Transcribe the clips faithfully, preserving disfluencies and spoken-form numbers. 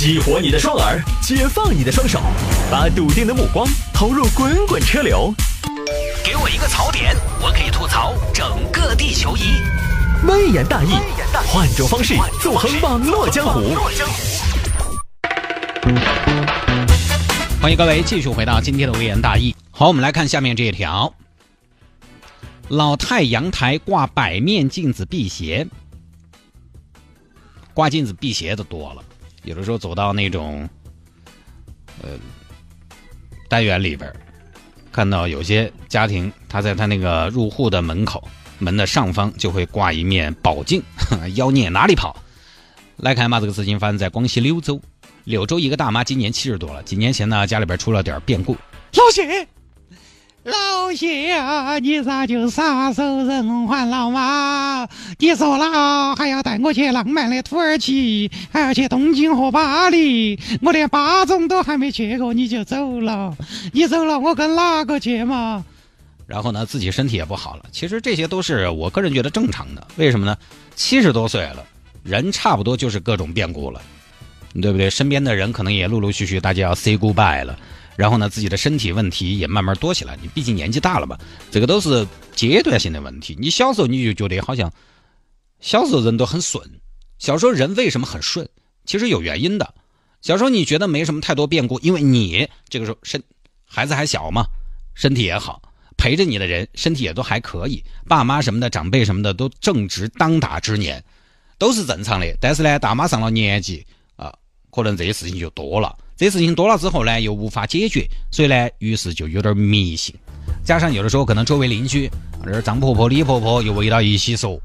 激活你的双耳，解放你的双手，把笃定的目光投入滚滚车流。给我一个槽点，我可以吐槽整个地球仪。微言大义，换种方式纵横网络江湖。 欢迎各位继续回到今天的微言大义。好，我们来看下面这一条：老太阳台挂百面镜子辟邪。挂镜子辟邪的多了，有的时候走到那种呃单元里边，看到有些家庭他在他那个入户的门口门的上方就会挂一面宝镜，妖孽哪里跑。来看嘛，这个事情发生在广西柳州。柳州一个大妈今年七十多了，几年前呢家里边出了点变故。 老谢老谢啊，你咋就撒手人寰了嘛？你说了还要带我去浪漫的土耳其，还要去东京和巴黎，我连巴中都还没去过你就走了，你走了我跟哪个去嘛？ 然后呢自己身体也不好了，其实这些都是我个人觉得正常的。为什么呢？七十多岁了，人差不多就是各种变故了，对不对？身边的人可能也陆陆续续大家要 say goodbye 了，然后呢自己的身体问题也慢慢多起来，你毕竟年纪大了吧，这个都是阶段性的问题。你小时候你就觉得好像小时候人都很顺，小时候人为什么很顺？其实有原因的。小时候你觉得没什么太多变故，因为你这个时候身孩子还小嘛，身体也好，陪着你的人身体也都还可以，爸妈什么的长辈什么的都正值当打之年，都是正常的。但是呢大妈上了年纪啊，可能这些事情就多了，这些事情多了之后呢又无法解决，所以呢于是就有点迷信。加上有的时候可能周围邻居这张婆婆李婆婆又围到一起说，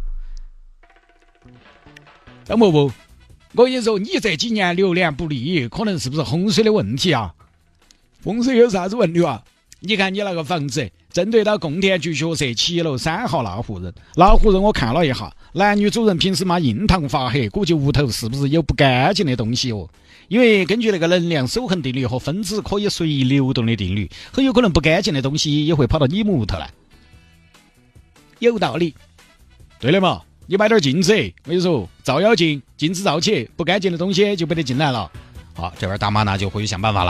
张婆婆，我跟你说，你这几年流年不利，可能是不是风水的问题啊？风水有啥子问题啊？你看你那个房子，正对到供电局学社七楼三号那户人，那户人我看了一下，男女主人平时嘛印堂发黑，估计屋头是不是有不干净的东西哦？因为根据那个能量守恒定律和分子可以随意流动的定律，很有可能不干净的东西也会跑到你屋头来。有道理。对了嘛，你买点镜子，我跟你说，照妖镜，镜子照起，不干净的东西就不得进来了。 好，这边大妈呢就回去想办法了。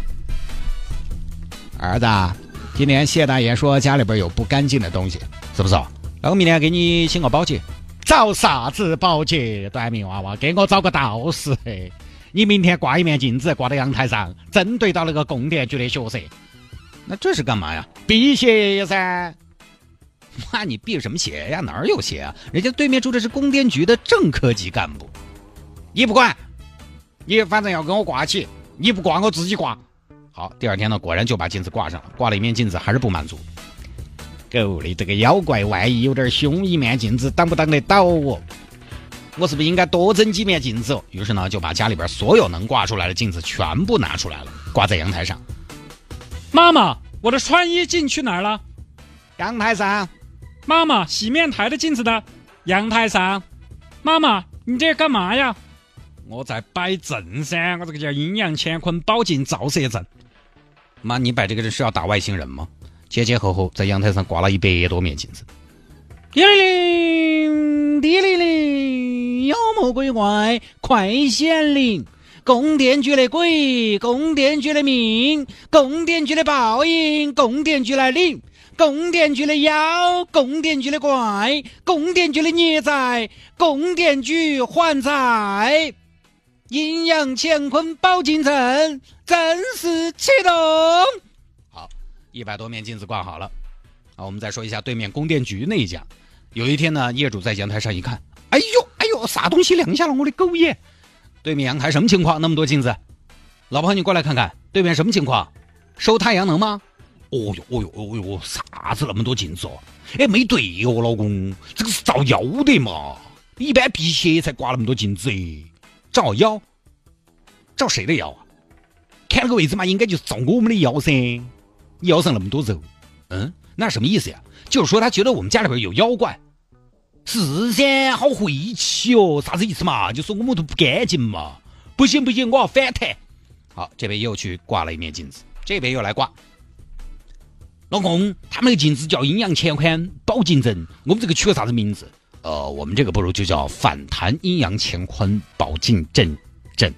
儿子，今天谢大爷说家里边有不干净的东西， 是不是？那我明天给你请个保洁。 找啥子保洁？短命娃娃，给我找个道士。你明天挂一面镜子，挂到阳台上，正对到那个供电局的学社。 那这是干嘛呀？ 辟邪噻。 那你辟什么邪呀？哪儿有邪啊？人家对面住的是供电局的正科级干部。 你不管，你反正要跟我挂起，你不挂我自己挂。 好，第二天呢，果然就把镜子挂上了，挂了一面镜子还是不满足。 狗的这个妖怪，万一有点凶，一面镜子挡不挡得倒我？我是不是应该多整几面镜子？ 于是呢，就把家里边所有能挂出来的镜子全部拿出来了，挂在阳台上。 妈妈，我的穿衣镜去哪儿了？ 阳台上。 妈妈，洗面台的镜子的阳台上。妈妈，你这干嘛呀？ 我在摆阵噻，我这个叫阴阳乾坤保镜照射阵。 妈，你摆这个是要打外星人吗？前前后后在阳台上挂了一百多面镜子。 滴哩哩，滴哩哩，妖魔鬼怪快显灵！供电局的鬼，供电局的命，供电局的报应，供电局来领。供电局的妖，供电局的怪，供电局的孽债，供电局还债。阴阳乾坤保镜阵正式启动。 好，一百多面镜子挂好了。好，我们再说一下对面供电局那一家。有一天呢，业主在阳台上一看，哎呦哎呦，啥东西亮瞎了我的狗眼！对面阳台什么情况？那么多镜子，老婆你过来看看，对面什么情况？收太阳能吗？哦哟哦哟哦哟，啥子那么多镜子哦？哎，没对哦，老公，这个是照妖的嘛？一般辟邪才挂那么多镜子，照妖？照谁的妖啊？看那个位置嘛，应该就是照我们的妖噻。腰上那么多肉，嗯，那什么意思呀？就是说他觉得我们家里边有妖怪。是噻，好晦气哦，啥子意思嘛？就说我们都不干净嘛。不行不行，我要反弹。好，这边又去挂了一面镜子，这边又来挂。老公，他们那个镜子叫阴阳乾坤保镜阵，我们这个取个啥子名字？呃，我们这个不如就叫反弹阴阳乾坤保镜阵阵。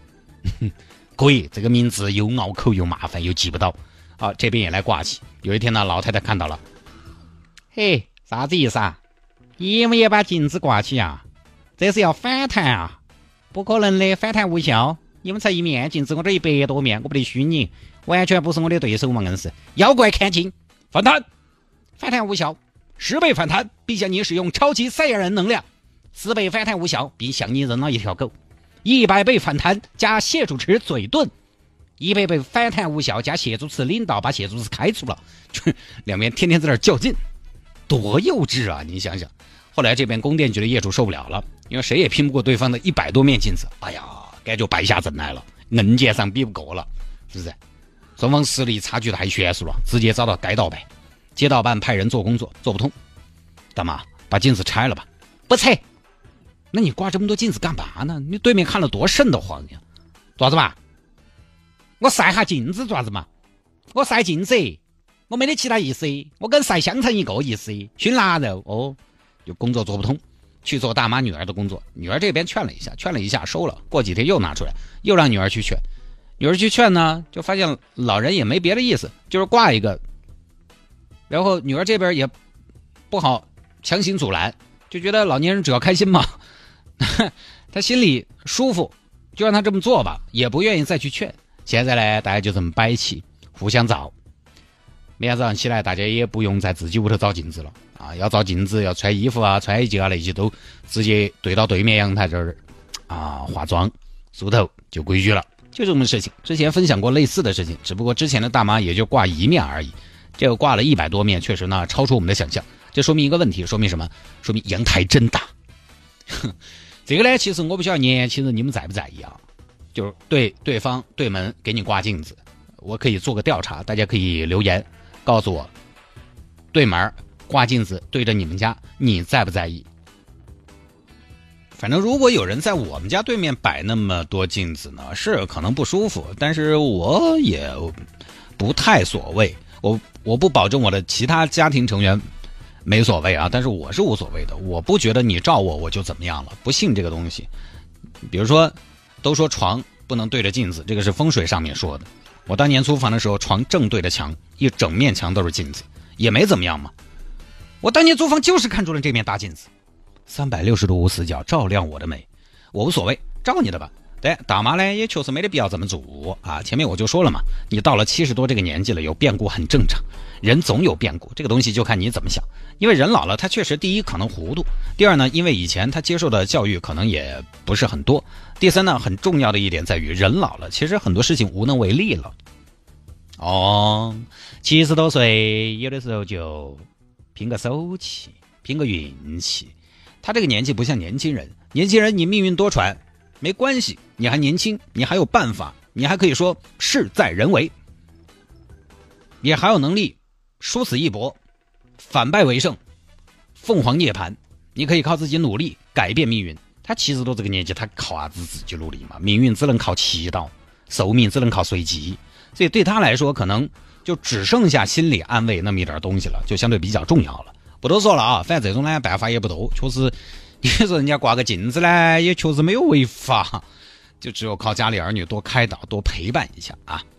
可以，这个名字又拗口又麻烦又记不到。啊，这边也来挂起。有一天呢，老太太看到了，嘿，啥子意思啊？你们也把镜子挂起啊？这是要反弹啊？不可能的，反弹无效。你们才一面镜子，我这一百多面，我不得虚你，完全不是我的对手嘛，硬是要过来看清。 反弹， 反弹无效， 十倍反弹， 并向你使用超级赛亚人能量；十倍反弹无效，并向你扔了一条狗；一百倍反弹加谢主持嘴遁。一百倍反弹无效，加谢主持领导把谢主持开除了，两边天天在那较劲，多幼稚啊！你想想，后来这边供电局的业主受不了了，因为谁也拼不过对方的一百多面镜子，哎呀，该就败下阵来了，硬件上比不过了，是不是？双方实力差距太悬殊了，直接遭到街道办，街道办派人做工作，做不通，大妈把镜子拆了吧？不拆，那你挂这么多镜子干嘛呢？你对面看了多瘆得慌呀！爪子嘛？我晒下镜子爪子嘛？我晒镜子，我没得其他意思，我跟晒香肠一个意思，熏腊肉哦，就工作做不通，去做大妈女儿的工作。女儿这边劝了一下，劝了一下收了，过几天又拿出来，又让女儿去劝。女儿去劝呢，就发现老人也没别的意思，就是挂一个，然后女儿这边也不好强行阻拦，就觉得老年人只要开心嘛，他心里舒服，就让他这么做吧，也不愿意再去劝。现在呢，大家就这么摆起，互相照。明天早上起来，大家也不用在自己屋头找镜子了啊！要照镜子，要穿衣服啊、穿衣镜啊那些都直接对到对面阳台这儿啊化妆、梳头就规矩了，就这么事情。之前分享过类似的事情，只不过之前的大妈也就挂一面而已，这个挂了一百多面，确实呢超出我们的想象。这说明一个问题，说明什么？说明阳台真大。这个呢，其实我不晓得年轻人你们在不在意啊？就是对对方对门给你挂镜子，我可以做个调查，大家可以留言告诉我，对门挂镜子对着你们家，你在不在意？反正如果有人在我们家对面摆那么多镜子呢，是可能不舒服，但是我也不太所谓，我我不保证我的其他家庭成员没所谓啊，但是我是无所谓的，我不觉得你照我我就怎么样了，不信这个东西。比如说都说床不能对着镜子，这个是风水上面说的。我当年租房的时候，床正对着墙，一整面墙都是镜子，也没怎么样嘛。我当年租房就是看中了这面大镜子，三百六十度无死角，照亮我的美，我无所谓，照你的吧。对，大妈呢也确实没得必要这么做啊。前面我就说了嘛，你到了七十多这个年纪了，有变故很正常，人总有变故，这个东西就看你怎么想。因为人老了，他确实第一可能糊涂，第二呢，因为以前他接受的教育可能也不是很多，第三呢，很重要的一点在于人老了，其实很多事情无能为力了。哦，七十多岁有的时候就拼个手气，拼个运气。他这个年纪不像年轻人，年轻人你命运多舛没关系，你还年轻，你还有办法，你还可以说事在人为，你还有能力殊死一搏，反败为胜，凤凰涅槃，你可以靠自己努力改变命运。他七十多这个年纪，他靠啥子自己努力嘛？命运只能靠祈祷，寿命只能靠随机，所以对他来说，可能就只剩下心理安慰那么一点东西了，就相对比较重要了。不多说了啊，反正这种呢办法也不多，确实你说人家挂个镜子呢，也确实没有违法，就只有靠家里儿女多开导，多陪伴一下啊。